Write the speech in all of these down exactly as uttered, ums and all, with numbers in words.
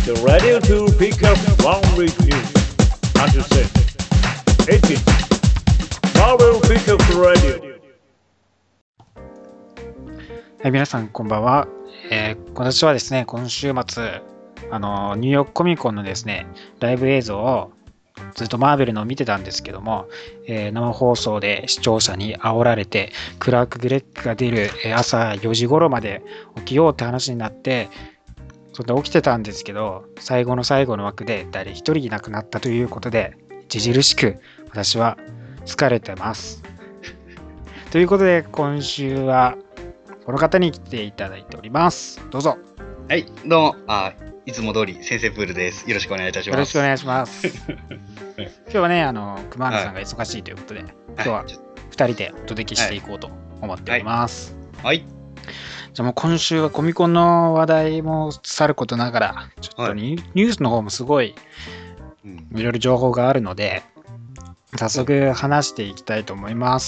The radio to pick up one with you. Understand? eighteen. Marvel Pickup Radio. はい、皆さんこんばんは。えー、私はですね、今週末、あのニューヨークコミコンのですね、ライブ映像をずっとマーベルのを見てたんですけども、えー、生放送で視聴者に煽られて、クラーク・グレッグが出る朝よじ頃まで起きようって話になって、それで起きてたんですけど、最後の最後の枠で誰一人いなくなったということで、著しく私は疲れてます。ということで、今週はこの方に来ていただいております。どうぞ。 はい、どうも。あ、いつも通り先生プールです。よろしくお願いいたします。 よろしくお願いします。今日はね、あの熊野さんが忙しいということで、はい、今日はふたりでお届けしていこうと思っております。 はい。はい、 じゃあもう今週はコミコンの話題もさることながら、ちょっとニュースの方もすごいいろいろ情報があるので、早速話していきたいと思います。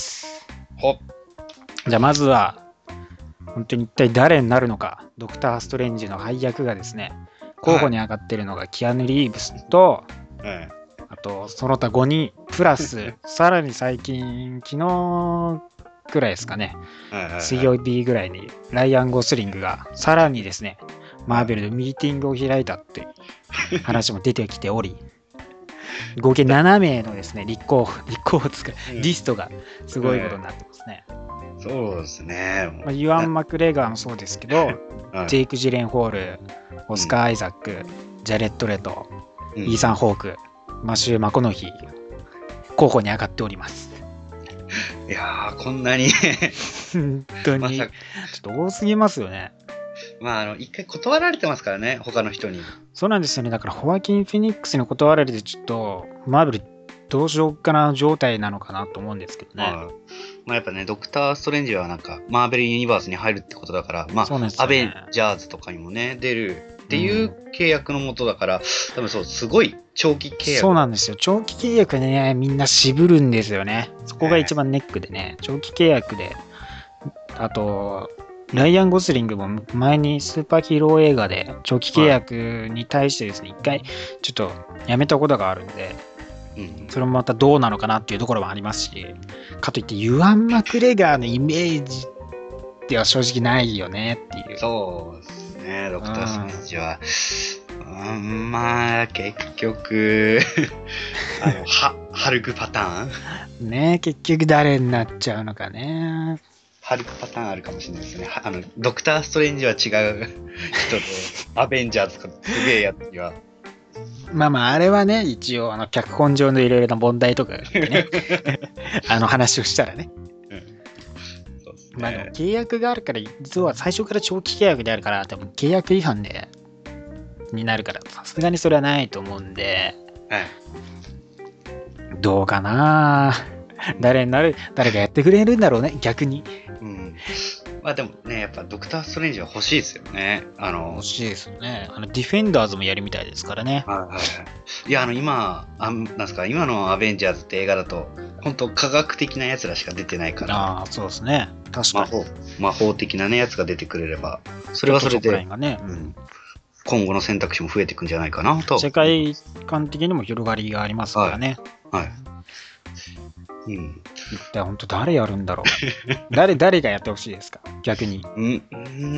ほじゃあまずは本当に一体誰になるのか。ドクター・ストレンジの配役がですね、候補に上がってるのがキアヌ・リーブスと、はい、あとその他ごにんプラスさらに最近昨日くらいですかね、水曜日ぐらいにライアン・ゴスリングがさらにですね、マーベルでミーティングを開いたっていう話も出てきており、合計ななめいのですね、立候補、立候補つくリストがすごいことになってますね。 そうですね。 まあ、ユアン・マクレガーもそうですけど、はい、ジェイク・ジレンホール、オスカー・アイザック、うん、ジャレット・レト、うん、イーサン・ホーク、マシュー・マコノヒ候補に上がっております。 いやー、こんなに本当に、ま、ちょっと多すぎますよね。 まあ、あの一回断られてますからね、他の人に。 そうなんですよね。だからホワキン・フェニックスに断られて、ちょっとマーベルどうしようかな状態なのかなと思うんですけどね。 まあ、まあ、やっぱね、ドクター・ストレンジはなんかマーベル・ユニバースに入るってことだから、まあ、ね、アベンジャーズとかにもね出るっていう契約のもとだから、うん、多分そうすごい長期契約。 そうなんですよ。長期契約でね、みんな渋るんですよね。そこが一番ネックでね、長期契約で、あとライアン・ゴスリングも前にスーパーヒーロー映画で長期契約に対してですね、一回ちょっとやめたことがあるんで、うん、それもまたどうなのかなっていうところもありますし、かといってユアン・マクレガーのイメージでは正直ないよねっていう。 そうですね、ドクター・ストレンジは、うん、まあ結局あのはハルクパターンね、結局誰になっちゃうのかね。 ハルクパターンあるかもしれないですね。あのドクター・ストレンジは違う人でアベンジャーズとかすげえやつにはまあまああれはね、一応あの脚本上のいろいろな問題とかねあの話をしたらね、うん、そうですね。まあでも契約があるから、実は最初から長期契約であるから、多分契約違反でになるから、さすがにそれはないと思うんで、はい、どうかな誰になる、誰がやってくれるんだろうね、逆に。うん。 まあでもね、やっぱドクター・ストレンジは欲しいですよね。あの欲しいですよね。あのディフェンダーズもやるみたいですからね。 はいはいはい。いや、あの今、あなんですか、今のアベンジャーズって映画だと、本当科学的なやつらしか出てないから。 ああ、そうですね。確かに。 魔法、魔法的なね、やつが出てくれれば、それはそれで、 ね、 うん、今後の選択肢も増えていくんじゃないかなと。 世界観的にも広がりがありますからね。 はい。はい、 うん、一体本当誰やるんだろう誰誰がやってほしいですか、逆に。 うん、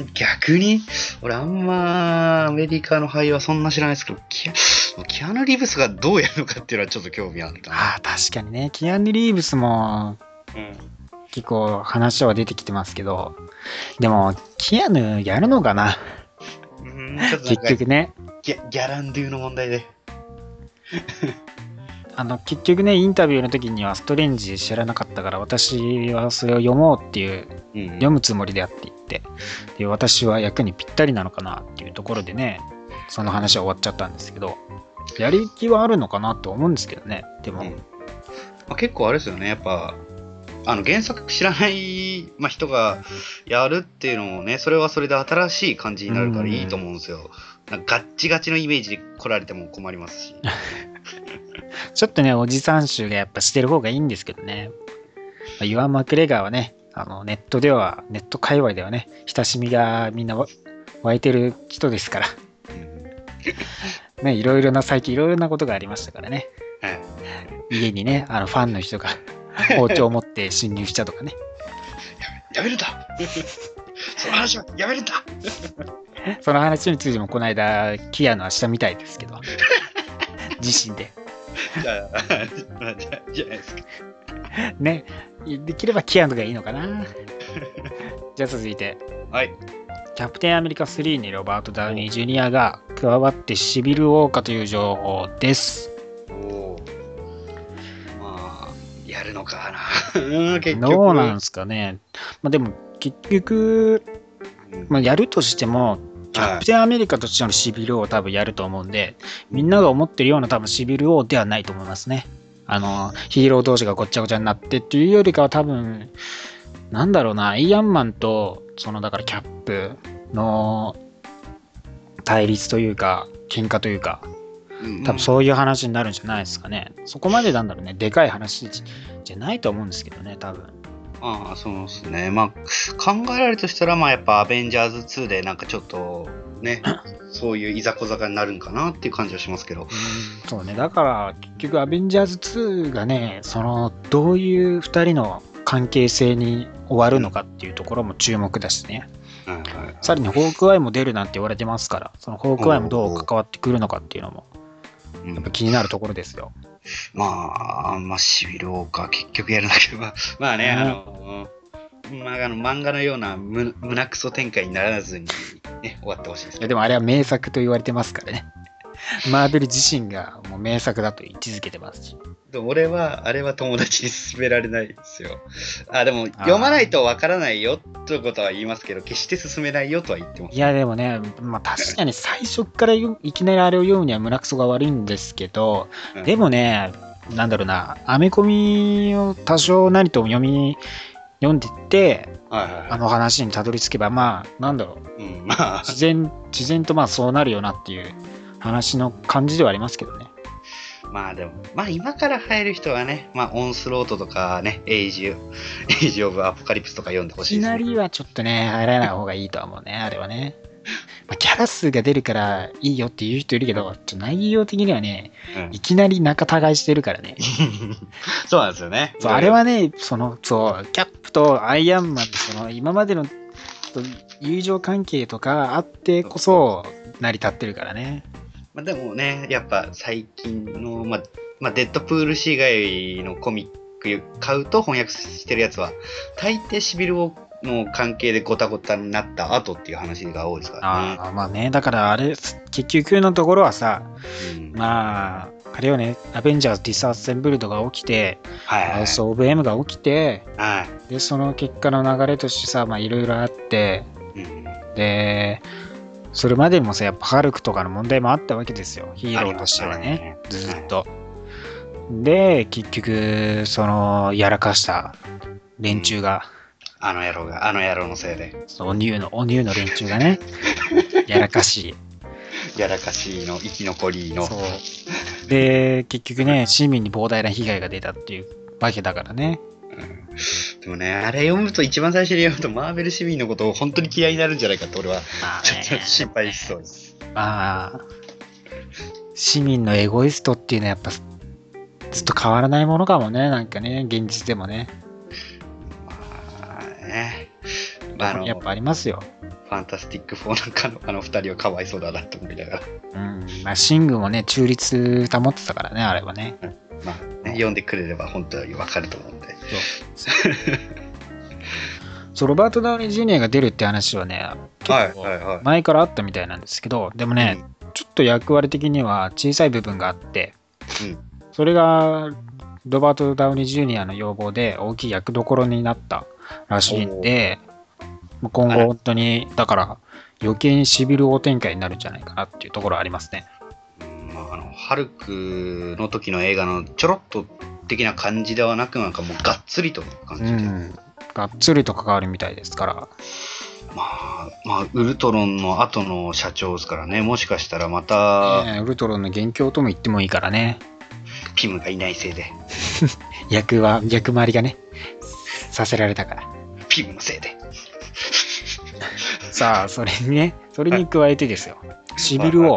逆に俺あんまアメリカの俳優はそんな知らないですけど、キアキアヌ・リーブスがどうやるのかっていうのはちょっと興味あるな。 ああ、確かにね、キアヌ・リーブスも、うん、結構話は出てきてますけど、でもキアヌやるのかな、 うん、ちょっと結局ね、 ギャ、ギャランドゥの問題であの結局ね、インタビューの時にはストレンジ知らなかったから、私はそれを読もうっていう、うん、読むつもりであって言って、で私は役にぴったりなのかなっていうところでね、その話は終わっちゃったんですけど、やり気はあるのかなと思うんですけどね。でも、うん、まあ、結構あれですよね、やっぱあの原作知らない、まあ、人がやるっていうのもね、それはそれで新しい感じになるからいいと思うんですよ。なんかガッチガチのイメージで来られても困りますしちょっとね、おじさん臭がやっぱしてる方がいいんですけどね。ユアン・マクレガーはね、あのネットでは、ネット界隈ではね、親しみがみんな湧いてる人ですから。 うん、 ね、いろいろな、最近いろいろなことがありましたからね。 はい。 家にね、あのファンの人が包丁を持って侵入したとかね。 やめるんだその話はやめるんだその話についてもこの間、キアの明日みたいですけど、自身で。 じゃあ、じゃあ、じゃないですか。 ね、できればキアのがいいのかな。じゃあ続いて、 はい。 キャプテンアメリカスリーにロバート・ダウニー・ジュニアが加わってシビル・ウォーカーという情報です。 おお。まあ、やるのかな。結局どうなんですかね。まあ、でも結局、まあ、やるとしても、キャプテンアメリカとしてのシビルを多分やると思うんで、みんなが思ってるような多分シビル王ではないと思いますね。あの、ヒーロー同士がごっちゃごちゃになってっていうよりかは多分、なんだろうな、アイアンマンと、そのだからキャップの対立というか、喧嘩というか、多分そういう話になるんじゃないですかね。そこまでなんだろうね、でかい話じゃないと思うんですけどね、多分。 ああ、そうですね。まあ、考えられるとしたら、まあ、やっぱアベンジャーズツーでなんかちょっとね、そういういざこざがになるんかなっていう感じはしますけど。 うん、そうね、だから結局アベンジャーズツーがね、そのどういうふたりの関係性に終わるのかっていうところも注目だしね。 はいはいはい、 さらにホークアイも出るなんて言われてますから、そのホークアイもどう関わってくるのかっていうのもやっぱ気になるところですよ。 うん、まあ、まあ、シビル王か、結局やるなければ、まあね、あの、まあ、あの漫画のような胸クソ展開にならずに、ね、終わってほしいです。 いやでもあれは名作と言われてますからね。マーベル自身がもう名作だと位置づけてますし。 でも俺は、あれは友達に勧められないですよ。あ、でも、読まないとわからないよということは言いますけど、決して勧めないよとは言ってます。 いや、でもね、まあ確かに最初からいきなりあれを読むには胸クソが悪いんですけど、うん、でもね、なんだろうな、アメコミを多少なりとも読み、読んでって、はいはいはい、あの話にたどり着けば、まあ、なんだろう、うんまあ、自然、自然とまあそうなるよなっていう話の感じではありますけどね。 まあでも、まあ今から入る人はね、まあオンスロートとかね、エイジ、エイジオブアポカリプスとか読んでほしいですね。 いきなりはちょっとね、入らない方がいいとは思うね、あれはね。まあ、キャラ数が出るからいいよっていう人いるけど、ちょ内容的にはね、うん、いきなり仲違いしてるからね。 そうなんですよね。 そうあれはね、その、そう、キャップとアイアンマンのその今までの友情関係とかあってこそ成り立ってるからね。 まあ、でもね、やっぱ最近の、まあ、まあ、デッドプール誌以外のコミック買うと翻訳してるやつは、大抵シビルの関係でゴタゴタになった後っていう話が多いですからね。 ああ、まあね、だからあれ、結局のところはさ、うん、まあ、あれよね、アベンジャーズ・ディス・アッセンブルドが起きて、はいはい、ソーブ・エムが起きて、はい、で、その結果の流れとしてさ、まあいろいろあって、うん、で、それまでもさ、やっぱハルクとかの問題もあったわけですよ。ヒーローとしてはね。ねずっと。はい、で、結局、その、やらかした連中が。 うん、あの野郎が、あの野郎のせいで。 そう、オニューの、オニューの連中がね、やらかしい。やらかしいの、生き残りの。そう。 で、結局ね、市民に膨大な被害が出たっていうわけだからね。 うん、でもね、あれ読むと、一番最初に読むと、マーベル市民のことを本当に嫌いになるんじゃないかと、俺は、ちょっと心配しそうです。 まあ、市民のエゴイストっていうのはやっぱ、ずっと変わらないものかもね、なんかね、現実でもね。 まあね、 まあ、あのやっぱありますよ。 ファンタスティックフォーなんかのあの二人はかわいそうだなと思いながら。 うん、まあ、シングもね、中立保ってたからね、あれはね。うん、 まあね、読んでくれれば本当に分かると思うんで。 そうそう、ロバート・ダウニー・ジュニアが出るって話はね、結構前からあったみたいなんですけど、でもね、うん、ちょっと役割的には小さい部分があって、うん、それがロバート・ダウニー・ジュニアの要望で大きい役どころになったらしいんで、今後本当に、だから余計にシビル王展開になるんじゃないかなっていうところはありますね。 まあ、あのハルクの時の映画のちょろっと的な感じではなく、なんかもうがっつりと感じで、うん、 がっつりと関わるみたいですから。 まあ、まあ、ウルトロンの後の社長ですからね、もしかしたらまた、 ね、ウルトロンの元凶とも言ってもいいからね。 ピムがいないせいで役は逆回りがねさせられたから、 ピムのせいでさあ、それにね、それに加えてですよ、シビル王、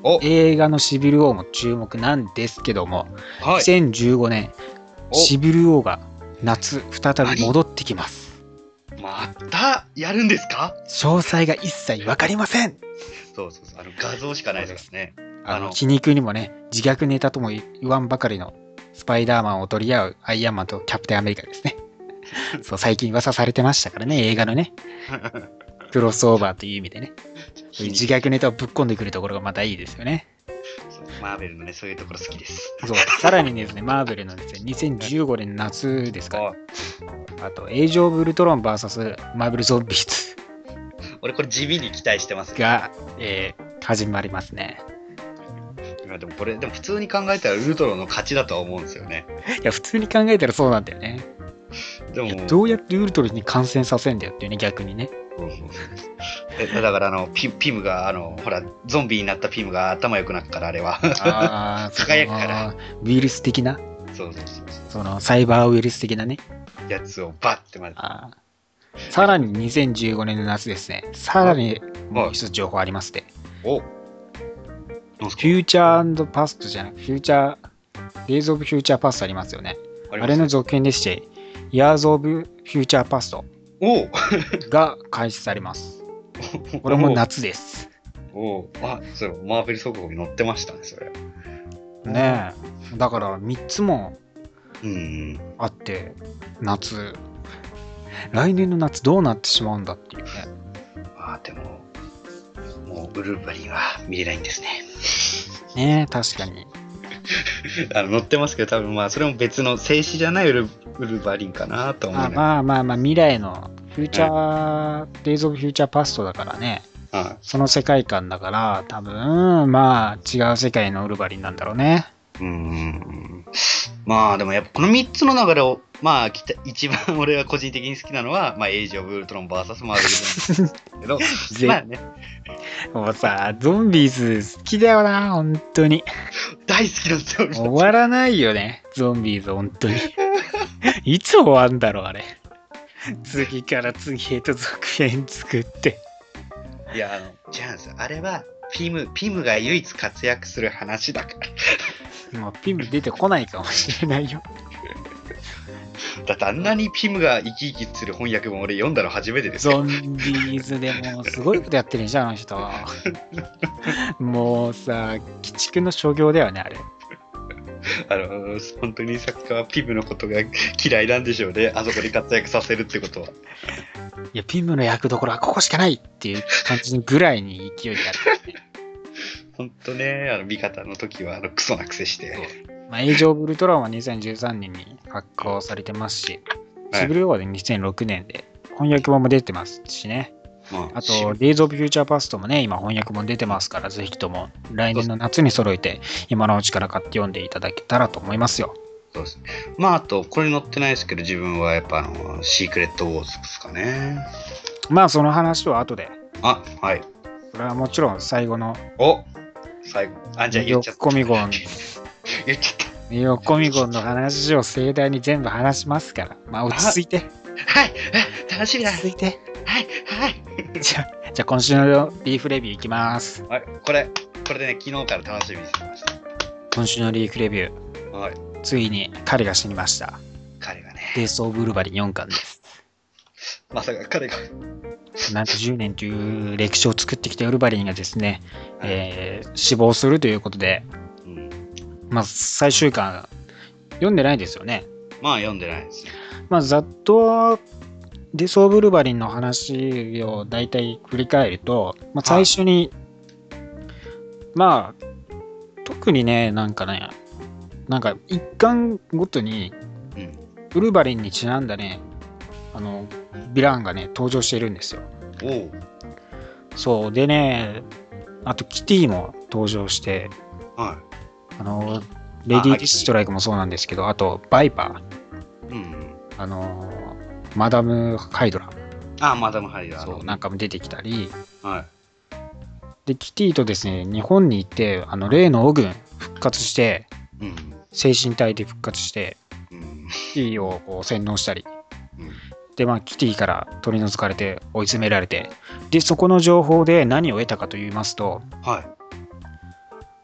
お映画のシビル王も注目なんですけども、 はい。 にせんじゅうごねん、 おシビル王が夏、再び戻ってきます。 またやるんですか？ 詳細が一切わかりません。 そうそうそう。あの画像しかないですからね。 あの、 あの皮肉にもね、自虐ネタとも言わんばかりのスパイダーマンを取り合うアイアンマンとキャプテンアメリカですね。そう、最近噂されてましたからね、映画のね、クロスオーバーという意味でね。そういう自虐ネタをぶっ込んでくるところがまたいいですよね。 そうマーベルのね、そういうところ好きです。 そう、さらにですね、マーベルのですね、にせんじゅうごねんの夏ですか、あと、エイジ・オブ・ウルトロン ブイエス マーベル・ゾンビーズ俺これ地味に期待してます。 が、えー始まりますね。 いやでもこれ、でも普通に考えたらウルトロンの勝ちだとは思うんですよね。 いや、普通に考えたらそうなんだよね。 でも、 いやどうやってウルトロンに感染させんだよっていうね、逆にね。 そうそうそうえだからあのピ、ピムが、あの、ほら、ゾンビになったピムが頭良くなるから、あれは。 ああ、 輝くからそのウイルス的な、 そうそうそうそそのサイバーウイルス的なね。 う。やつをバッてまず。 あーさらににせんじゅうごねんの夏ですね。さらにもう一つ情報ありますね。 おなんすかフューチャーパストじゃなく、フューチャー、デイズ・オブ・フューチャー・パストありますよね。 ありますあれの続編でして、ヤーズ・オブ・フューチャー・パストおうが開始されます。これも夏です。 おうあ、そう、マーベル速報に載ってましたね、それ。 ねえ。だからみっつもうん。 あって、夏。来年の夏どうなってしまうんだっていうね。 あでも、もうウルヴァリンは見れないんですね。 ねえ、確かに。 あの載ってますけど、多分まあ、それも別の静止じゃないウルウルヴァリンかなと思うまあね。 まあまあまあ、未来のフューチャー、デイズ・オブ・フューチャー・パストだからね。 はその世界観だから、多分、まあ、違う世界のウルヴァリンなんだろうね。 い。うん。まあ、でもやっぱこのみっつの流れを、まあ、きた一番俺が個人的に好きなのは、まあ、エイジ・オブ・ウルトロン ブイエス マーベルなんですけど、 ぜまあね、 もうさ、ゾンビーズ好きだよな、本当に。 大好きなんですよ。 終わらないよね、ゾンビーズ、本当に。いつ終わんだろう、あれ。次から次へと続編作って。 いや、あの、違うんですよ。あれは、ピム、ピムが唯一活躍する話だから。 もうピム出てこないかもしれないよ。 だってあんなにピムが生き生きする翻訳本俺読んだの初めてですよ。 ゾンビーズでもうすごいことやってるじゃん、あの人。もうさ、鬼畜の所業だよね、あれ。 あの、本当に作家はピムのことが嫌いなんでしょうね。あそこで活躍させるってことは。 いや、ピムの役どころはここしかないっていう感じぐらいに勢いでやってるね。 本当ね、あの、味方の時はあのクソな癖して。 まあ、エイジ・オブ・ウルトロンはにせんじゅうさんねんに発行されてますし、 はいシビル・ウォーでにせんろくねんで翻訳本も出てますしね。 まあと、デイズ・オブ・フューチャー・パストもね、今翻訳本出てますから、ぜひとも来年の夏に揃えて、今のうちから買って読んでいただけたらと思いますよ。 そうです。まあ、あと、これ載ってないですけど、自分はやっぱあの、シークレット・ウォーズですかね。 まあ、その話は後で。 あ、はい。 これはもちろん最後のお最後。あ、じゃあ言っちゃった。 コミコン、 言っちゃった。 ニューヨークコミコンの話を盛大に全部話しますから、まあ落ち着いて、 はいあ楽しみだ落ち着いて。 はいはいじゃあ、じゃあ今週のリーフレビューいきます。 はい、これ、これでね、昨日から楽しみにしてまし今週のリーフレビュー、 た。はい。 ついに彼が死にました。 彼がね、 デイス・オブ・ウルヴァリンよんかんです。 まさか彼が、 なんとじゅうねんという歴史を作ってきたウルヴァリンがですね、えー死亡するということで、 うん、 まあ最終巻、読んでないですよね。 まあ読んでないですね。 まあざっと、デイス・オブ・ウルヴァリンの話を大体振り返ると、まあ、最初に、まあ、特にね、なんかね、なんか一巻ごとに、 うん。 ウルヴァリンにちなんだね、あの、ヴィランがね、登場しているんですよ。 おう。 そう。でね、あとキティも登場して、 はあの、レディー・ディストライクもそうなんですけど、あと、バイパー、 い。うん。 あの、マダム・ハイドラ、 あ、マダムハイダー。 そう、なんかも出てきたり、 はい。 で、キティとですね、日本に行って、あの、例のオグン復活して、 うん。 精神体で復活して、 うん。 キティをこう洗脳したり、 うん。 で、まあ、キティから取り除かれて追い詰められて、で、そこの情報で何を得たかと言いますと、 はい。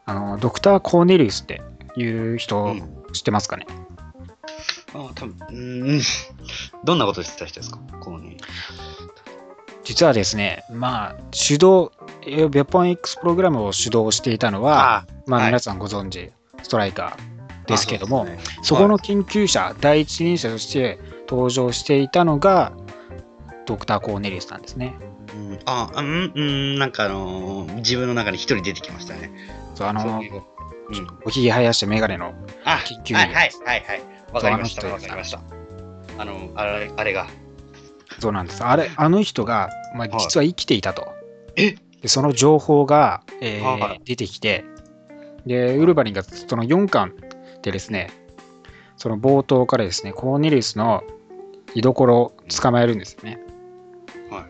あの、ドクター・コーネリウスっていうう人ん。 知ってますかね？ ああ、多分、うーん。どんなことしてた人ですかこうね。 実はですね、まあ、主導、えーベポン X プログラムを主導していたのは、 あまあ、 はい皆さんご存知、ストライカーですけども、 あそうですねそこの研究者、第一人者として登場していたのが、ドクター・コーネリウスなんですね。 うん、あ、うん、うん、なんかあのー自分の中に一人出てきましたね。 そうあのそういう、うん。 おひげ生やしてメガネのあ、 研究員はいはいはいはい。わかりました、 そうあの人わかりました。あの、あれ、あれが。 そうなんです。あれ、あの人が、まあ、 はい実は生きていたと。 えでその情報が、えーはい出てきて、で、ウルヴァリンがそのよんかんでですね、その冒頭からですね、コーネリウスの居所を捕まえるんですよね。 はい。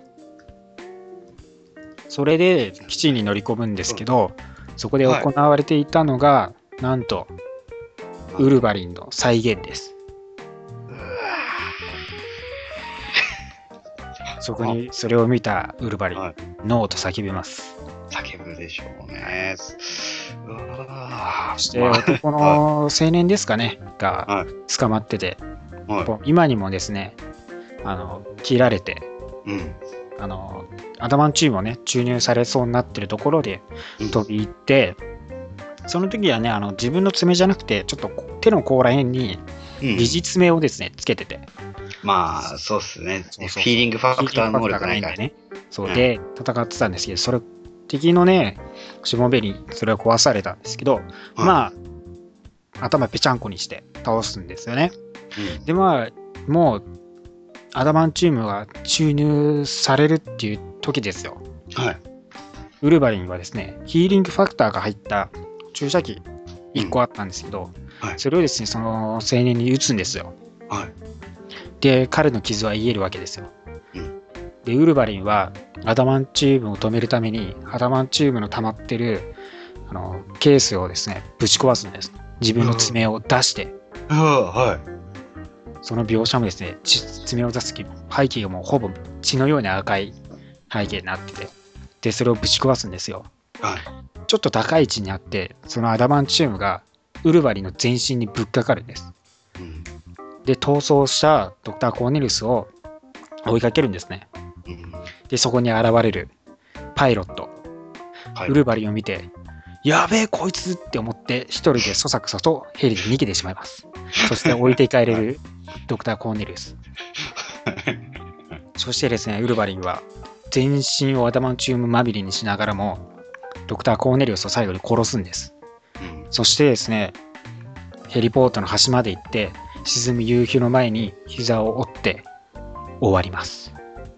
それで基地に乗り込むんですけど、そこで行われていたのが、なんと、ウルヴァリンの再現です。 うわそこにそれを見たウルヴァリン、 はいノーと叫びます。 叫ぶでしょうね。うわそしてまあ男の青年ですかね、がはい捕まってて、 は今にもですね、あの切られて、 い。うん。 あのアダマンチウムをね、注入されそうになってるところでうん飛び入って、その時はね、あの自分の爪じゃなくて、ちょっと手の甲ら辺にうん疑似爪をですね、つけてて、 まあ、そうっすね。 そうそうそうフィーリングファクター能力ないから。 ないんでね。そううんで、戦ってたんですけど、それ、敵のね、しもべにそれを壊されたんですけど、 うんまあ、頭ぺちゃんこにして倒すんですよね。 うんで、まあ、もう、アダマンチウムが注入されるっていう時ですよ。 はい。 ウルヴァリンはですね、ヒーリングファクターが入った注射器いっこあったんですけど、 はいそれをですね、その青年に打つんですよ。 はい。 で、彼の傷は癒えるわけですよ。 うんで、ウルヴァリンはアダマンチウムを止めるために、アダマンチウムの溜まってるあのケースをですね、ぶち壊すんです。自分の爪を出して、 うわはい。 その描写もですね、ち爪を出す時背景がもうほぼ血のように赤い背景になってて、で、それをぶち壊すんですよ。 はい。 ちょっと高い位置にあって、そのアダマンチウムがウルヴァリンの全身にぶっかかるんです。 うん。 で、逃走したドクター・コーネリウスを追いかけるんですね。 うん。 で、そこに現れるパイロット、 はいウルヴァリンを見て、やべえ、こいつって思って、一人でそそくさとヘリで逃げてしまいます。そして置いていかれるドクター・コーネリウス。そしてですね、ウルヴァリンは全身をアダマンチウムまみれにしながらも、ドクター・コーネリウスを最後に殺すんです。 うんそしてですね、ヘリポートの端まで行って、沈む夕日の前に膝を折って終わります。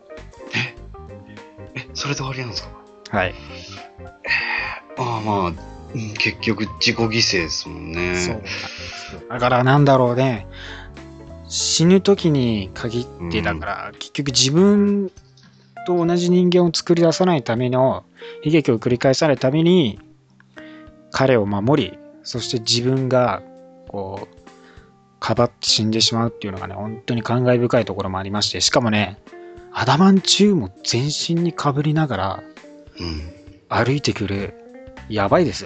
え、それで終わりなんですかはい。 ああまあ、うん結局自己犠牲ですもんね。 そうなんですよ。だからなんだろうね、死ぬ時に限ってだから、結局自分と同じ人間を作り出さないための悲劇を繰り返さないために彼を守り、そして自分がこうかばって死んでしまうっていうのがね、本当に感慨深いところもありまして、しかもね、アダマンチウムを全身にかぶりながらうん。 歩いてくる、やばいですよ。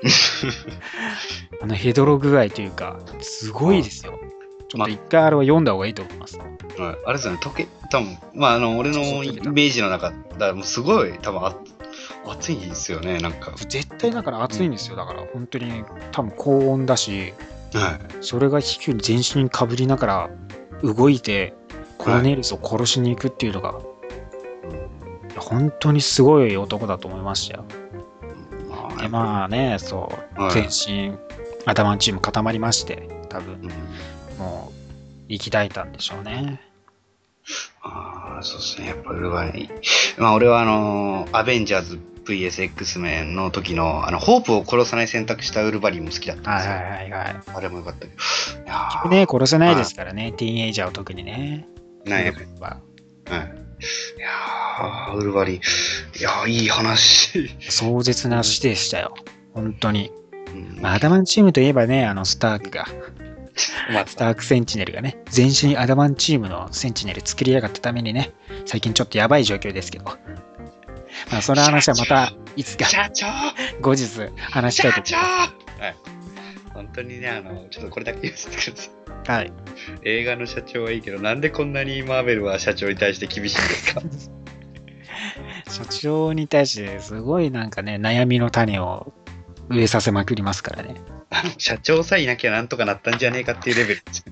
あのヘドロ具合というか、すごいですよ。ちょっと一回あれは読んだ方がいいと思います。 はい、あれですよね、溶け、多分まあ、あの、俺のそうそう溶けたイメージの中、だからもうすごい、多分あ暑いですよね、なんか。 絶対だから暑いんですよ。だから本当に多分高温だし、 はい。 それが飛球に全身にかぶりながら動いて、コーネリウスを殺しに行くっていうのが、本当にすごい男だと思いましたよ。 まあで、まあね、そう、 はい全身、アダマンチウム固まりまして、多分うんもう、生き絶えたんでしょうね。 ああ、そうですね。やっぱウルヴァリン。まあ、俺はあのーアベンジャーズ ブイエスエックス メンの時の、あの、ホープを殺さない選択したウルヴァリンも好きだったんですよ。 はいはいはいはい。 あれもよかったけど。いやーね、殺せないですからね、ティーンエイジャーを特にね。 なんやははい。いやー、ウルヴァリン。いやー、いい話。 壮絶な死でしたよ。本当に。 うんまあ、アダマンチームといえばね、あのスタークが、 まあスタークセンチネルがね、全身アダマンチームのセンチネル作りやがったためにね、最近ちょっとやばい状況ですけど、 まあ、その話はまたいつか社長後日話したいと社思い長はい。本当にね、あの、ちょっとこれだけ言わせてください。 ます。はい。 映画の社長はいいけど、なんでこんなにマーベルは社長に対して厳しいんですか？ 社長に対してすごいなんかね、悩みの種を植えさせまくりますからね。 あの社長さえいなきゃなんとかなったんじゃねえかっていうレベルです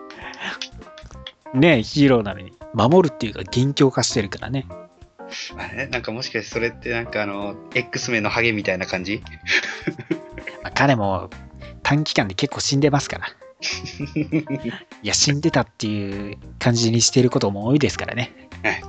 ね、ヒーローなのに守るっていうか元凶化してるからね。 まあね、なんかもしかしてそれってなんかあの X メンのハゲみたいな感じ？ まあ、彼も短期間で結構死んでますから。いや、死んでたっていう感じにしてることも多いですからね。 はい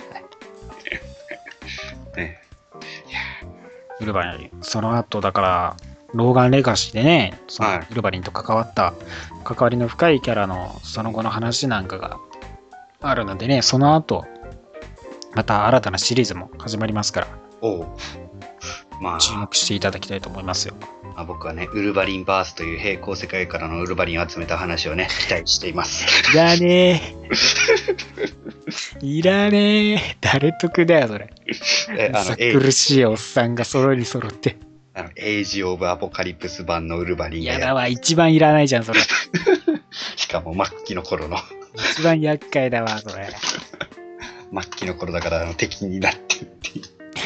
ね、 ウルヴァリン、その後だから、ローガンレガシーでね、そのはいウルヴァリンと関わった関わりの深いキャラのその後の話なんかがあるのでね、その後、また新たなシリーズも始まりますから、 おうまあ、 注目していただきたいと思いますよ。 まあ、僕はね、ウルヴァリンバースという平行世界からのウルヴァリンを集めた話をね、期待しています。 いらねえ。いらねえ。誰得だよ、それ。 えあのさ苦しいおっさんが揃いに揃って。 あのエイジ・オブ・アポカリプス版のウルヴァリンがややだわ、一番いらないじゃん、それ。 しかも末期の頃の一番厄介だわ、それ。 末期の頃だからあの敵になってるっていう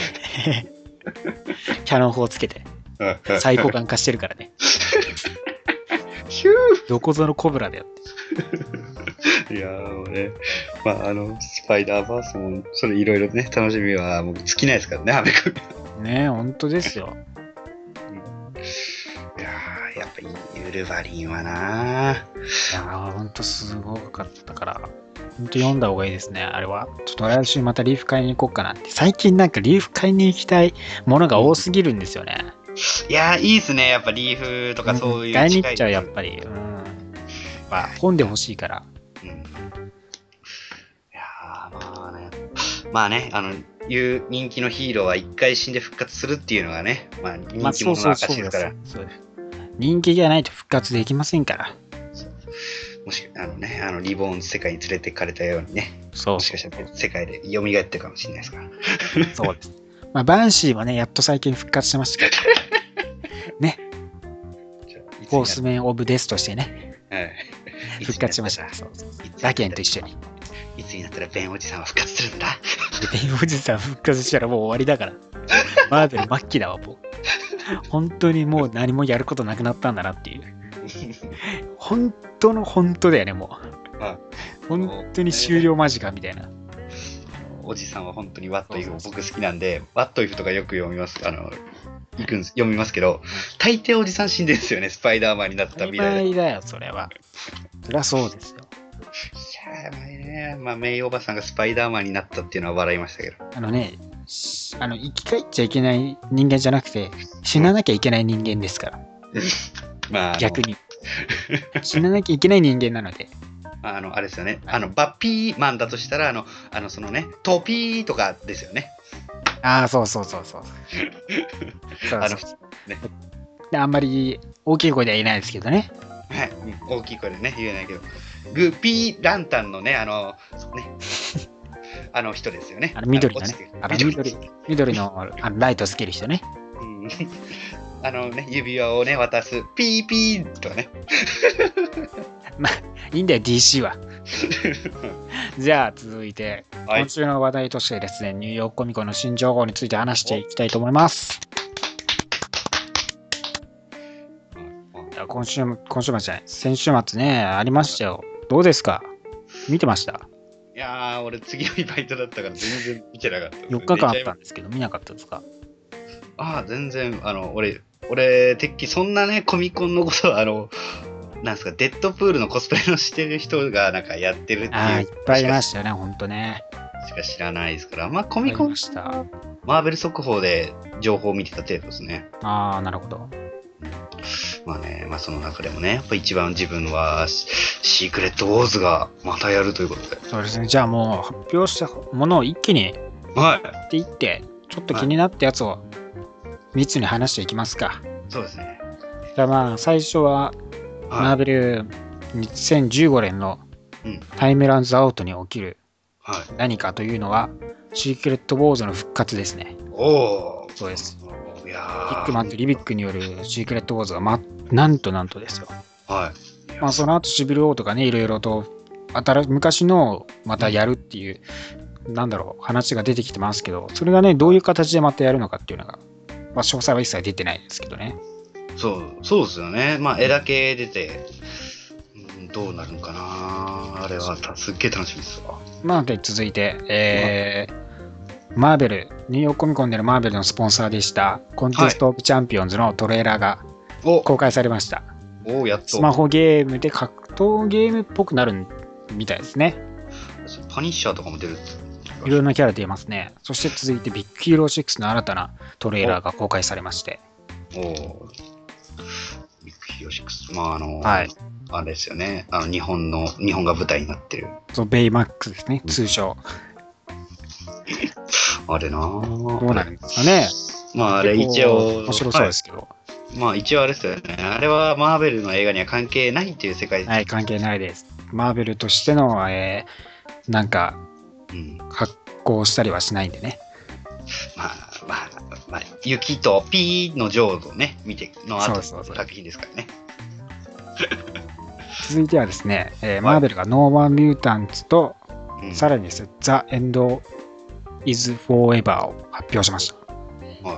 キャノン砲つけて、サイコガン化してるからね。 ヒュどこぞのコブラだよって。 ーいやーもうね、まああの、スパイダーバースも、それいろいろね、楽しみはもう尽きないですからね、アメコミ。 ねえ、ほんとですよ。 いやーやっぱりウルヴァリンはなーいやー、ほんとすごかったから、ほんと読んだ方がいいですね、あれは。ちょっと来週またリーフ買いに行こうかなって。最近なんかリーフ買いに行きたいものが多すぎるんですよね。 いやーいいっすね、やっぱリーフとかそういう買いに近い行っちゃう、やっぱり。うん。まあ、本で欲しいから。 うん、いやーまあね、まあね、あの、いう人気のヒーローは一回死んで復活するっていうのがね、まあ人まあ、 気者の証ですから。 そうです。人気がないと復活できませんから。 もし、あのね、あの、リボーン世界に連れてかれたようにね、 そうもしかしたら世界で蘇ってるかもしれないですから。 そうです。まあ、バンシーはね、やっと最近復活しましたけど。ね。フォースメン・オブ・デスとしてね、 はい、 復活しました。そうそうそう。ラケンと一緒に。 いつになったらベンおじさんは復活するんだ。 ベンおじさん復活したらもう終わりだから。マーベル末期だわ、もう。本当にもう何もやることなくなったんだなっていう。本当の本当だよね、もう。 はい、 本当に終了間近みたいな。 おじさんは本当にワットイフ僕好きなんで、ワットイフとかよく読みます。あの、行くんです読みますけど、大抵おじさん死んでるんですよね、スパイダーマンになった未来で。 だよ、それは。そりゃそうですよ。 いやー、まあね、まあ、メイおばさんがスパイダーマンになったっていうのは笑いましたけど。 あのね、あの生き返っちゃいけない人間じゃなくて、死ななきゃいけない人間ですから。 まあ、 逆に。死ななきゃいけない人間なので。 あの、あれですよね。あの、バッピーマンだとしたら、あの、あのそのね、トピーとかですよね。 ああ、そうそうそうそう。そうあのそうね、 であんまり大きい声では言えないですけどね。 はい、うん大きい声でね、言えないけど。グピーランタンのね、あの、ね、あの人ですよね。 あの緑のねあの落ちてる。 あの緑緑緑のあのライトつける人ね。 うんあのね、指輪をね、渡す、ピーピーとかね。 まあ、いいんだよ、ディーシー は。じゃあ、続いて、 はい今週の話題としてですね、ニューヨークコミコンの新情報について話していきたいと思います。いや今週、今週末じゃない、先週末ね、ありましたよ。どうですか？見てました？ いやー、俺次の日バイトだったから全然見てなかったです。 よっかかんあっ寝ちゃいまたんですけど、見なかったですか？ ああ、全然、あの、俺、俺、てっきそんなね、コミコンのことは、あの、なんですか、デッドプールのコスプレのしてる人がなんかやってるっていう。 ああ、いっぱいいましたよね、ほんとね。 しか知らないですから、まあ、コミコンありま、した。 マーベル速報で情報を見てた程度ですね。 ああ、なるほど。 まあね、まあその中でもね、やっぱ一番自分はシシークレットウォーズがまたやるということで。 そうですね、じゃあもう発表したものを一気にはい。 やっていって、ちょっと気になったやつを密に話していきますか。 そうですね。 じゃあまあ、最初は、マはい。 ーベルにせんじゅうごねんのうん。 タイムランズアウトに起きるはい。 何かというのは、シークレットウォーズの復活ですね。 おお。 そうです。 いやヒックマンとリビックによるシークレットウォーズが、ま、なんとなんとですよ。 はい。 まあ、その後シビルウォーとかね、いろいろと新昔のをまたやるっていう、うん、なんだろう、話が出てきてますけど、それがね、どういう形でまたやるのかっていうのが、まあ、詳細は一切出てないですけどね。 そう、そうですよね。まあ、絵だけ出て、うん、どうなるのかな。あれはすっげえ楽しみですわ。 まあ、で、続いて、えー、マーベル、ニューヨークコミコンでのマーベルのスポンサーでした、コンテスト・オブ・チャンピオンズのトレーラーが公開されました。 おお、やっと。 スマホゲームで格闘ゲームっぽくなるみたいですね。 パニッシャーとかも出る。 いろいろなキャラ出ますね。そして続いてビッグヒーローシックスの新たなトレーラーが公開されまして。 おお。ビッグヒーローシックス。まあ、あの、 はい、 あれですよね。あの、日本の、日本が舞台になってる。 そう、ベイマックスですね、通称。 あれなぁ。 どうなるんですかね。 まあ、あれ一応。 面白そうですけど。はい、 まあ、一応あれですよね。あれはマーベルの映画には関係ないっていう世界です。 はい、関係ないです。マーベルとしての、えー、なんか、うん、発行したりはしないんでね。 まあ、まあ、まあ、雪とピーの浄土をね、見ての後の作品ですからね。 続いてはですね、えー、マーベルがノーマン・ミュータンツと、うん、さらにですね、ザ・エンド・イズ・フォーエバーを発表しました。はい。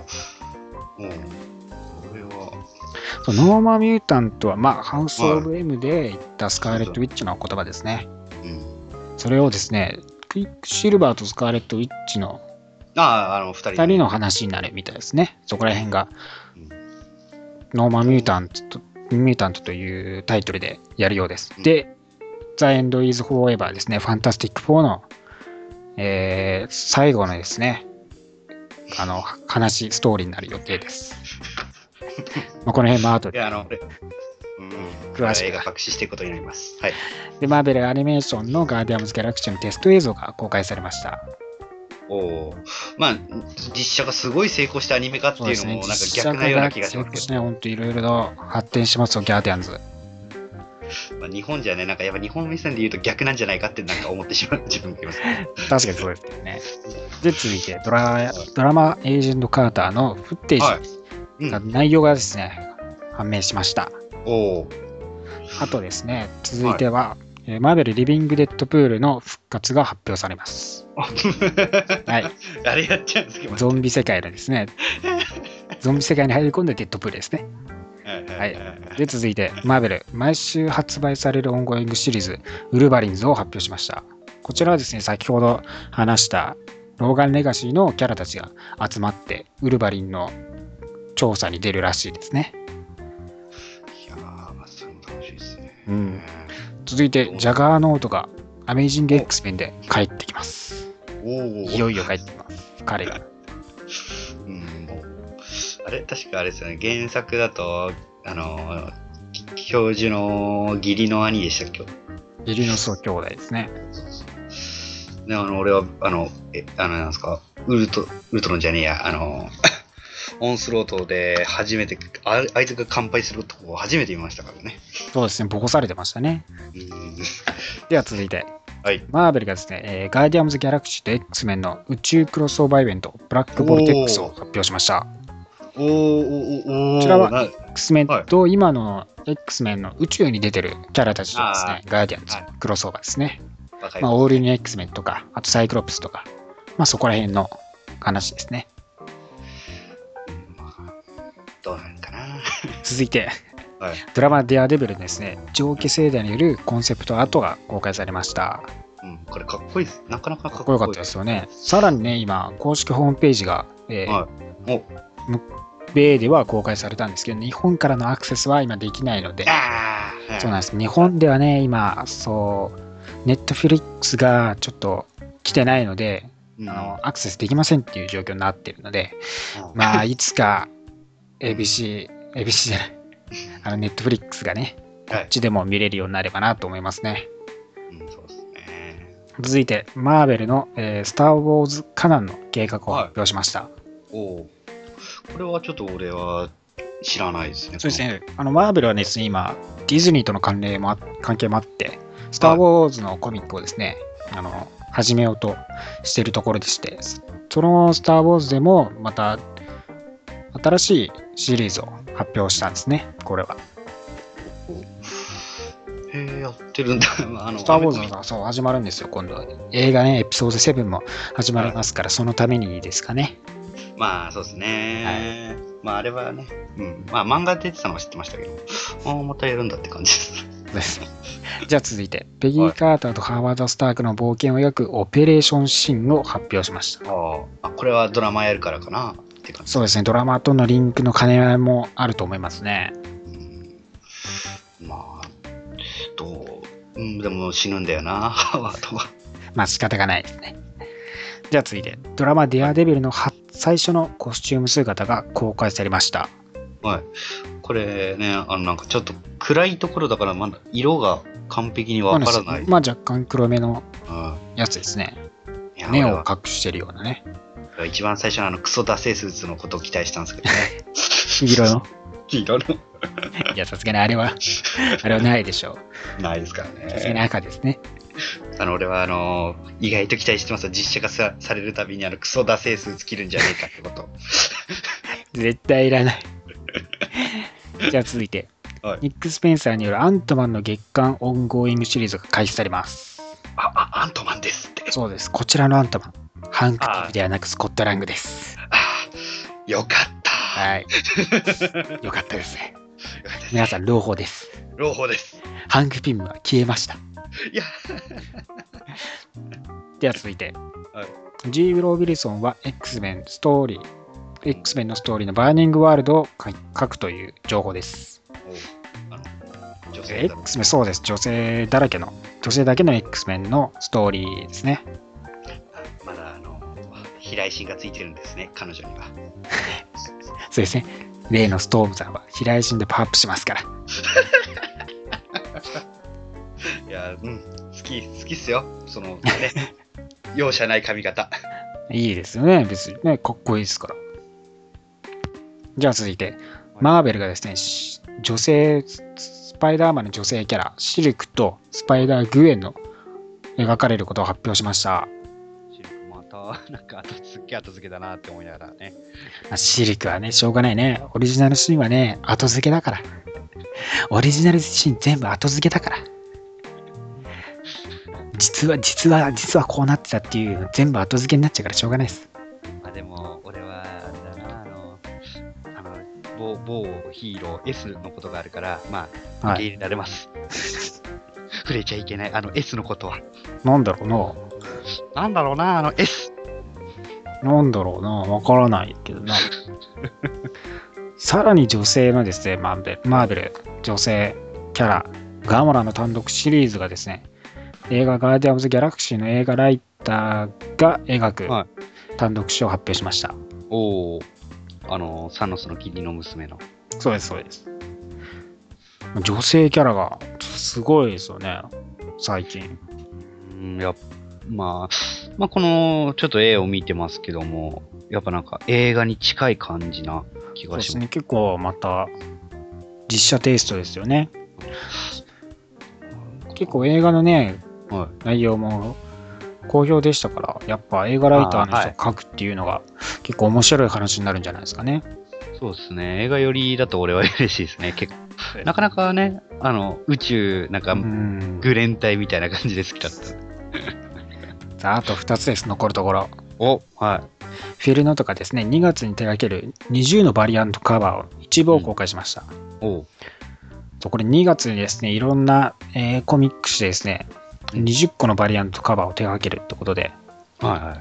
うん、これはそうノーマン・ミュータントは、まあ、ハウス・オブ・エムで言ったスカーレット・ウィッチの言葉ですね。うん、それをですね、クイック・シルバーとスカーレット・ウィッチのああのふたり、 ふたりの話になるみたいですね。そこら辺が、うん、ノーマン・ミュータントとミュータントというタイトルでやるようです。うん、で、ザ・エンド・イズ・フォーエバーですね、ファンタスティックフォーの、えー、最後のですね、あの話、ストーリーになる予定です。まあこの辺も後で。いや、あの、うん、詳しく映画爆死していくことになります。はい。 で、マーベルアニメーションのガーディアムズ・ギャラクシーのテスト映像が公開されました。 おお、まあ実写がすごい成功したアニメ化っていうのもなんか逆なような気がしますけど。 ね、本当いろいろと発展しますよ、ギャーディアンズ。 まあ、日本じゃね、なんかやっぱ日本目線で言うと逆なんじゃないかってなんか思ってしまう自分がいます、ね。 確かにそうですよね。で、続いてドラ、ドラマエージェント・カーターのフッテージ、はい、うん、内容がですね、判明しました。おあとですね、続いては、はい、マーベルリビング・デッドプールの復活が発表されます。はい。 あれやっちゃうんですけど。 ゾンビ世界のですね、ゾンビ世界に入り込んでデッドプールですね。はい。で、続いて、マーベル、毎週発売されるオンゴーイングシリーズ、ウルヴァリンズを発表しました。こちらはですね、先ほど話したローガン・レガシーのキャラたちが集まって、ウルヴァリンの調査に出るらしいですね。 いやー、まあ、それも楽しいですね。 うん。続いて、ジャガーノートがアメイジング X メンで帰ってきます。いよいよ帰ってきます、彼が。 うん、あれ確かあれですよね、原作だと、あの、教授の義理の兄でしたっけ？ 義理のそう兄弟ですね。 で、あの、俺は、あの、え、あの、なんですか、ウルト、ウルトロンじゃねえや、あの、オンスロートで初めて、あ, あいつが乾杯するとこを初めて見ましたからね。 そうですね、ボコされてましたね。うんでは続いて、はい、マーベルがですね、えー、ガーディアムズ・ギャラクシーと X メンの宇宙クロスオーバーイベント、ブラックボルテックスを発表しました。おーおーおーこちらは X メンと今の X メンの宇宙に出てるキャラたちですね、ガーディアムズ、クロスオーバーですね。まあ、オールニュー X メンとか、あとサイクロプスとか、まあそこら辺の話ですね。 どうなるかな。 続いて、はい、ドラマデアデビルのですね、上下世代によるコンセプトアートが公開されました。 うん、これかっこいいです。なかなかかっこよかったですよね。さらにね、今、公式ホームページが、えーはい、お米では公開されたんですけど、日本からのアクセスは今できないので、あそうなんです。日本ではね、今、そう、ネットフリックスがちょっと来てないので、うん、あのアクセスできませんっていう状況になっているので、うん、まあ、いつか エービーシー、エービーシー じゃない、あのネットフリックスがね、こっちでも見れるようになればなと思いますね。うん、そうですね。続いて、マーベルの、えー、スター・ウォーズ・カナンの計画を発表しました。はい、おこれはちょっと俺は知らないですね。 そうですね。あのマーベルはですね、今、ディズニーとの関連も関係もあって、スター・ウォーズのコミックをですね、はい、あの始めようとしているところでして、 そのスター・ウォーズでもまた新しいシリーズを発表したんですね、これは。 へえ、やってるんだ。あのスター・ウォーズがそう始まるんですよ、今度は。映画ね、エピソードセブンも始まりますから、そのためにですかね。 まあ、そうですね。はい、まあ、あれはね、うん。まあ、漫画出てたのは知ってましたけど、ああ、またやるんだって感じです。 じゃあ続いて、ペギー・カーターとハーバード・スタークの冒険を描くオペレーションシンを発表しました。 ああ、これはドラマやるからかなって感じ。 そうですね、ドラマとのリンクの兼ね合いもあると思いますね。 うん、まあ、どう、うん、でも死ぬんだよな、ハワードは。 まあ仕方がないですね。じゃあ続いて、ドラマデアデビルの最初のコスチューム姿が公開されました。 はい。これね、あのなんかちょっと暗いところだから、まだ色が完璧にわからない。 まあ若干黒めのやつですね。うん、目を隠してるようなね。 一番最初のあのクソダセースーツのことを期待したんですけどね。 黄色の黄色のいや、さすがにあれは、あれはないでしょう。ないですからね。 さすがに赤ですね。 あの、俺はあのー、意外と期待してますよ。実写化さ、されるたびにあのクソダセースーツ着るんじゃねえかってこと。 絶対いらない。じゃあ続いて、はい、ニック・スペンサーによるアントマンの月間オンゴーイングシリーズが開始されます。 あ、あアントマンですって。 そうです。こちらのアントマン。ハンク・ピーではなくスコット・ラングです。 ああ、よかった。 はい。よかったですね。皆さん、朗報です。 朗報です。 ハンク・ピンは消えました。 いや。 では続いて、はい、ジー・ウロー・ウィルソンは X メンストーリー、X メンのストーリーのバーニングワールドを書くという情報です。 あの女性 X メン、そうです。女性だらけの、女性だけの X メンのストーリーですね。 まだあの飛来心がついてるんですね、彼女には。 そうですね。例のストームさんは飛来心でパワーアップしますから。 いや、うん、好き、好きっすよ。そのね、容赦ない髪型。 いいですよね。別にね、かっこいいですから。じゃあ続いて、マーベルがですね、女性、スパイダーマンの女性キャラ、シルクとスパイダーグエンの描かれることを発表しました。 シルクまた、なんか後付け後付けだなって思いながらね。 シルクはね、しょうがないね。オリジナルシーンはね、後付けだから。オリジナルシーン全部後付けだから。実は、実は、実はこうなってたっていうの全部後付けになっちゃうからしょうがないです。 まあでも、俺は、あれだな、あの、あの某、某ヒーロー S のことがあるから、まあ、受け入れられます。はい、触れちゃいけない、あの S のことは。 なんだろうな。なんだろうな、あの S。 なんだろうな、わからないけどな。さらに女性のですね、マーベル、マーベル女性キャラ、ガモラの単独シリーズがですね、映画ガーディアンズ・ギャラクシーの映画ライターが描く単独誌を発表しました。はい、 おお、あの、サノスの義理の娘の。 そうです、そうです。女性キャラがすごいですよね、最近。 うん、やまあ、まあ、この、ちょっと絵を見てますけども、やっぱなんか映画に近い感じな気がします。そうですね、 結構また実写テイストですよね。結構映画のね、はい、内容も好評でしたから、やっぱ映画ライターの人が書くっていうのが結構面白い話になるんじゃないですかね。 そうですね。映画寄りだと俺は嬉しいですね。結構なかなかね、あの宇宙なんかグレン隊みたいな感じで好きだった。 さあ、あとふたつです。残るところ。 お、はい。 フィルノとかですね、にがつに手掛けるにじゅうのバリアントカバーを一部を公開しました。うん、おこれにがつにですね、いろんな、えー、コミック誌でですね、にじゅっこのバリアントカバーを手掛けるってことで。 はいはい。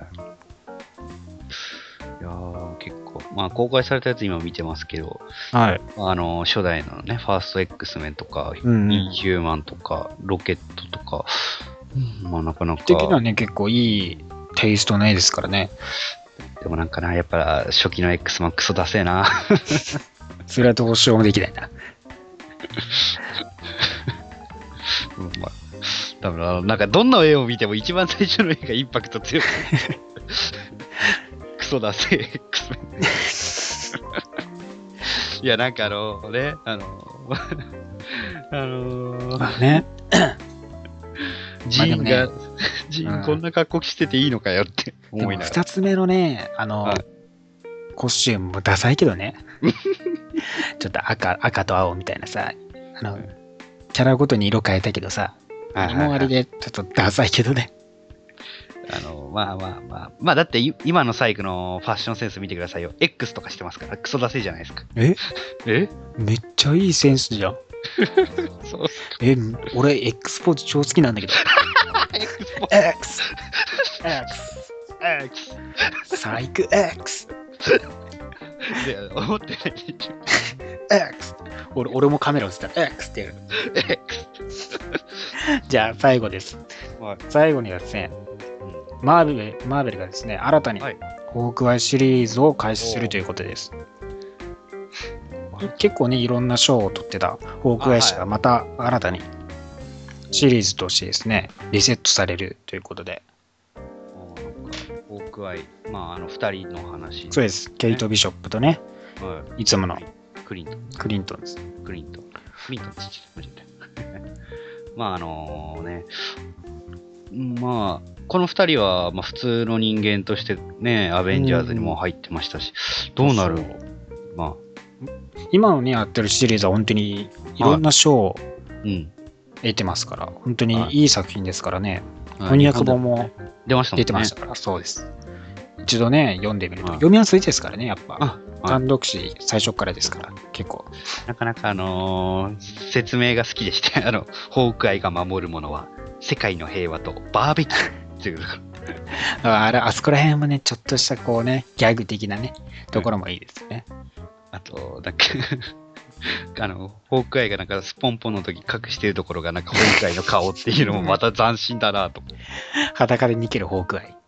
いやー、結構、まあ公開されたやつ今見てますけど、はい。あの、初代のね、ファースト X メンとか、うんうん、インヒューマンとか、ロケットとか、うん、まあなかなか。 的にはね、結構いいテイストの絵ですからね。 でもなんかな、やっぱ初期の X マンクソダセえな。 それはどうしようもできないな。 うんまあ、多分なんかどんな絵を見ても一番最初の絵がインパクト強い。クソだせ X メン。いやなんかあのねあのあのー、 まあねジーンが、 まあでもジーンうんこんな格好してていいのかよってでも思いながら。 二つ目のね、あの、 はいコスチュームもダサいけどね。ちょっと赤、赤と青みたいなさ、あの、キャラごとに色変えたけどさ、 はいはいはいもうあれでちょっとダサいけどね。 あの、まあまあまあ。まあだってい今のサイクのファッションセンス見てくださいよ。X とかしてますから、クソダセいじゃないですか。 ええめっちゃいいセンスじゃん。 そう。 え、俺 X ポーズ超好きなんだけど。 X ポ X! X! X! サイク X! で思ってない。 X! 俺俺もカメラをしたら X ってやる。 X! じゃあ最後です。 はい最後にはですね、マーベルマーベルがですね、新たにはいホークアイシリーズを開始するということです。結構ね、いろんな賞を取ってたホークアイ氏がまた新たにシリーズとしてですね、リセットされるということで。 ホークアイ、まあ、あの、二人の話。 そうです。ケイト・ビショップとね、 はいつものい。クリントン。 クリントンです。 クリントン。クリントンって言っちゃった。まあ、あのね、まあ、この二人は、まあ、普通の人間としてね、アベンジャーズにも入ってましたし、どうなるそうま今のね、やってるシリーズは本当にいろんな賞をあ、うん。 得てますから、本当にいい作品ですからね。 はい翻訳本も出ましたもんね。 出てましたから、そうです。一度ね、読んでみると、 はい読みやすいですからね、やっぱ。 あ、はい監読誌最初からですから、結構。 なかなかあのー説明が好きでして、あの、ホークアイが守るものは、世界の平和とバーベキューっていう。 あれ、あそこら辺もね、ちょっとしたこうね、ギャグ的なね、ところもいいですね。 あと、なんか、あの、ホークアイがなんかスポンポンの時隠してるところがなんかホークアイの顔っていうのもまた斬新だなと思って。 裸で逃げるホークアイ。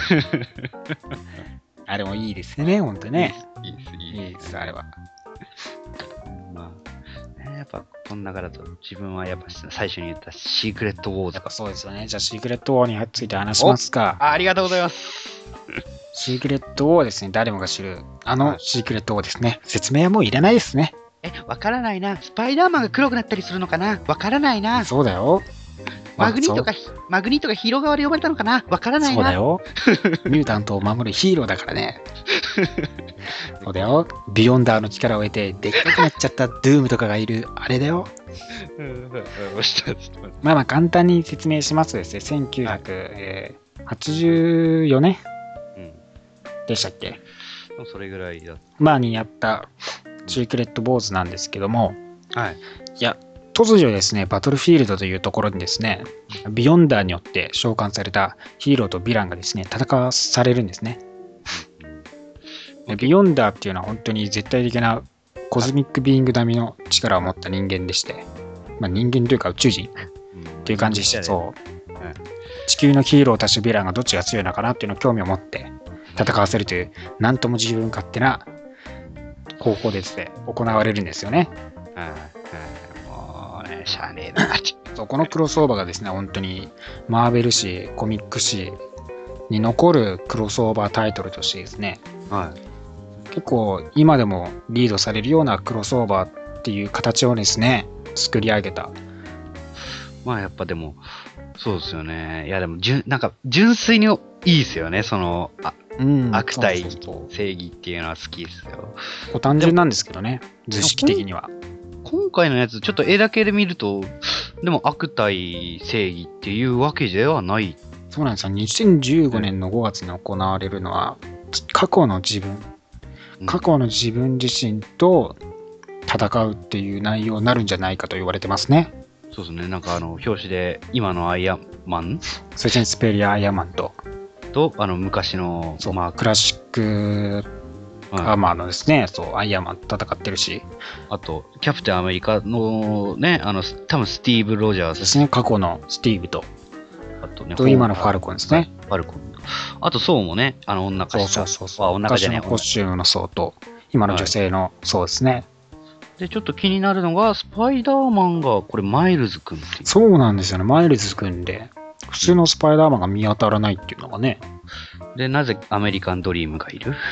あれもいいですね、ほんとね。 いいです、いいで。 いいですす、あれは。 まあ、ね、やっぱこの中だと自分はやっぱ最初に言ったシークレットウォーズがやっぱ。そうですよね。じゃあ、シークレットウォーについて話しますか。 あありがとうございます。 シークレットウォーですね。誰もが知る。あはいのシークレットウォーですね。説明はもういらないですね。 え、わからないな。スパイダーマンが黒くなったりするのかなわからないな。 そうだよ。 マグニートかが、マグニートがヒーロー側で呼ばれたのかなわからないな。 そうだよ。ミュータントを守るヒーローだからね。そうだよ。ビヨンダーの力を得て、でっかくなっちゃったドゥームとかがいる、あれだよ。 うんうんうん知ってます知ってますまあまあ簡単に説明しますとですね、せんきゅうひゃくはちじゅうよねうん。 でしたっけ、 でもそれぐらいだ。 まあにやったシークレット坊主なんですけども、 はい。 いや、突如ですね、バトルフィールドというところにですね、ビヨンダーによって召喚されたヒーローとヴィランがですね、戦わされるんですね。でビヨンダーっていうのは本当に絶対的なコズミックビーイング並みの力を持った人間でして、まあ、人間というか宇宙人っていう感じでして、そう、 はい地球のヒーローたちヴィランがどっちが強いのかなっていうのを興味を持って戦わせるという、なんとも自分勝手な方法でですね、行われるんですよね。 はいはいもうね、しゃあねえな。 そうこのクロスオーバーがですね、本当にマーベル誌、コミック誌に残るクロスオーバータイトルとしてですね、 はい。 結構今でもリードされるようなクロスオーバーっていう形をですね、作り上げた。 まあやっぱでも、そうですよね。いやでも、じゅなんか純粋にいいですよね。その、あうん悪対そうそうそう正義っていうのは好きですよ。 こう単純なんですけどね、図式的には。 今回のやつ、ちょっと絵だけで見ると、でも悪対正義っていうわけではない。 そうなんですよ。にせんじゅうごねんのごがつに行われるのは、過去の自分、 うん過去の自分自身と戦うっていう内容になるんじゃないかと言われてますね。 そうですね。なんかあの、表紙で、今のアイアンマンそしてスペリア・アイアンマンと、 と、あの、昔のそうマークラシックアーはいマーのですね、そう、アイアンマンと戦ってるし、 あと、キャプテンアメリカのね、あの、多分スティーブ・ロジャーズですね、過去のスティーブと、 あとね、 と今のファルコンですね。 ファルコン。あと、ソウもね、あの、女そうかしら。 そうそうそう、 あ、女かじゃねえ昔のコスチュームの層と、今の女性の層ですね。 で、ちょっと気になるのが、スパイダーマンが、これ、マイルズ君っていう。 そうなんですよね、マイルズ君で、普通のスパイダーマンが見当たらないっていうのがね、 で、なぜアメリカンドリームがいる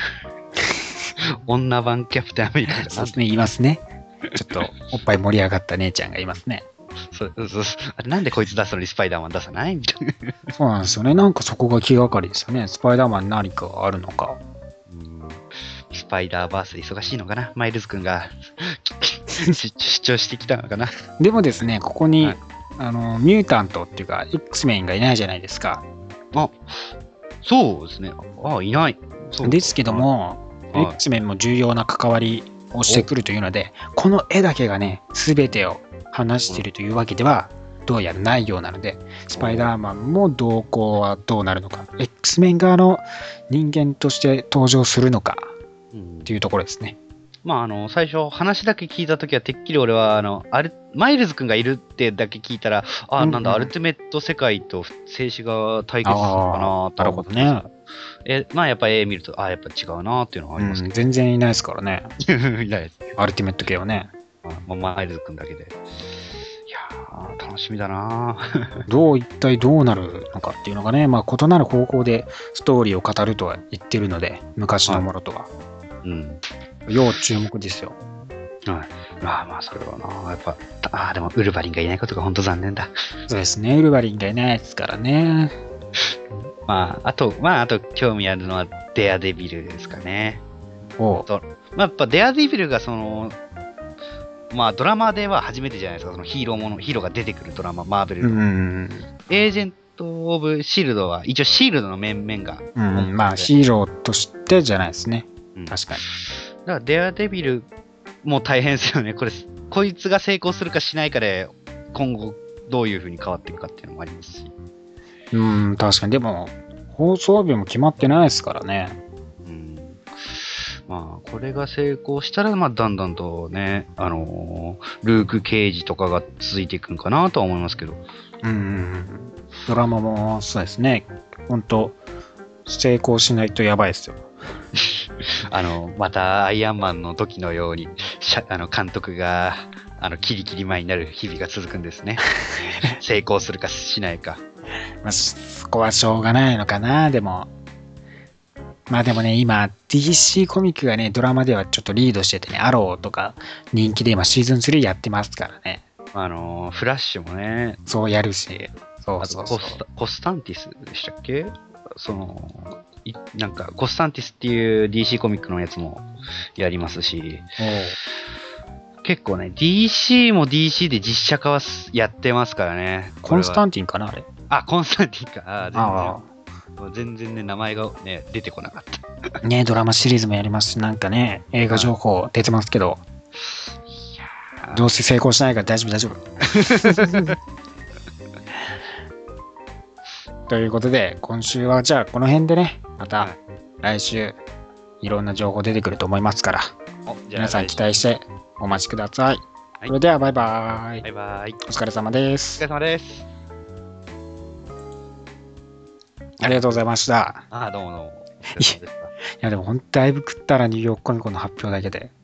女版キャプテンアメリカがそうですね、いますね。ちょっとおっぱい盛り上がった姉ちゃんがいますね。 そうそうそうあれなんでこいつ出すのにスパイダーマン出さないみたいな。 そうなんですよね。なんかそこが気がかりですよね。スパイダーマン何かあるのか。 うんスパイダーバースで忙しいのかなマイルズ君が出出張してきたのかな。 でもですね、ここに、 はいあのミュータントっていうか X メンがいないじゃないですか。 あ、そうですね。あ、いない。そうですけど、も、 はい X メンも重要な関わりをしてくるというので、この絵だけがね、全てを話しているというわけではどうやらないようなので、スパイダーマンも動向はどうなるのか、X メン側の人間として登場するのかうんっていうところですね。 まあ、あの、最初話だけ聞いたときは、てっきり俺は、あの、アルマイルズ君がいるってだけ聞いたら、あ、 うんうんなんだ、アルティメット世界と静止が対決するのかなああ、なるほどね。 え、まあ、やっぱ絵見ると、あ、やっぱ違うなっていうのはあうん、 りますけ全然いないですからね。 ど。いないです。 アルティメット系はね。 まあ、マイルズ君だけで。いやー、楽しみだなどう一体どうなるのかっていうのがね、まあ異なる方向でストーリーを語るとは言ってるので、昔のものとは。 うん。 要注目ですよ。 はい。まあまあ、それはなやっぱ、ああ、でも、ウルヴァリンがいないことが本当残念だ。 そうですね、ウルヴァリンがいないですからね。 まあ、あと、まあ、あと、興味あるのは、デアデビルですかね。 おうとまあ、やっぱデアデビルがその、まあドラマでは初めてじゃないですか、そのヒーローもの、ヒーローが出てくるドラマ、マーベルうの。 ん、 エージェント・オブ・シールドは、一応シールドの面々が。 うん、まあヒーローとしてじゃないですね。 うん確かに。 だからデアデビルも大変ですよね。これ、こいつが成功するかしないかで、今後どういう風に変わっていくかっていうのもありますし。 うん、確かに。でも、放送日も決まってないですからね。 うんまあ、これが成功したら、まあ、だんだんとね、あのールーク・ケイジとかが続いていくんかなとは思いますけど。 うんうんうん。ドラマもそうですね。本当成功しないとやばいですよ。 あの、またアイアンマンの時のように、しゃあの監督が、あの、キリキリ前になる日々が続くんですね。成功するかしないか。 まあ、そこはしょうがないのかな、でも。まあでもね、今、ディーシー コミックがね、ドラマではちょっとリードしててね、アローとか人気で今シーズンスリーやってますからね。 あの、フラッシュもね、 そうやるし。そうあそうそうとコスタコスタンティスでしたっけその、いなんか、コスタンティスっていう ディーシー コミックのやつもやりますし、結構ね、ディーシー も ディーシー で実写化はすやってますからね。 コンスタンンティンかな、あれ。 あ、コンスタンティンか。あー全然あもう全然ね、名前がね、出てこなかった。 あ。ね、ドラマシリーズもやりますし、なんかね、映画情報出てますけど、 いやーどうせ成功しないから大丈夫、大丈夫。ということで、今週はじゃあこの辺でね、まはたい来週いろんな情報出てくると思いますから、 おじゃあ皆さん期待してお待ちください。 はいそれではバイバイ。 バイバイ。 お疲れ様ですお疲。れ様です。 ありがとうございました。 ああ、どうもどうも。お疲れ様でした。 いやでも本当だいぶ食ったらニューヨークコミコンの発表だけで。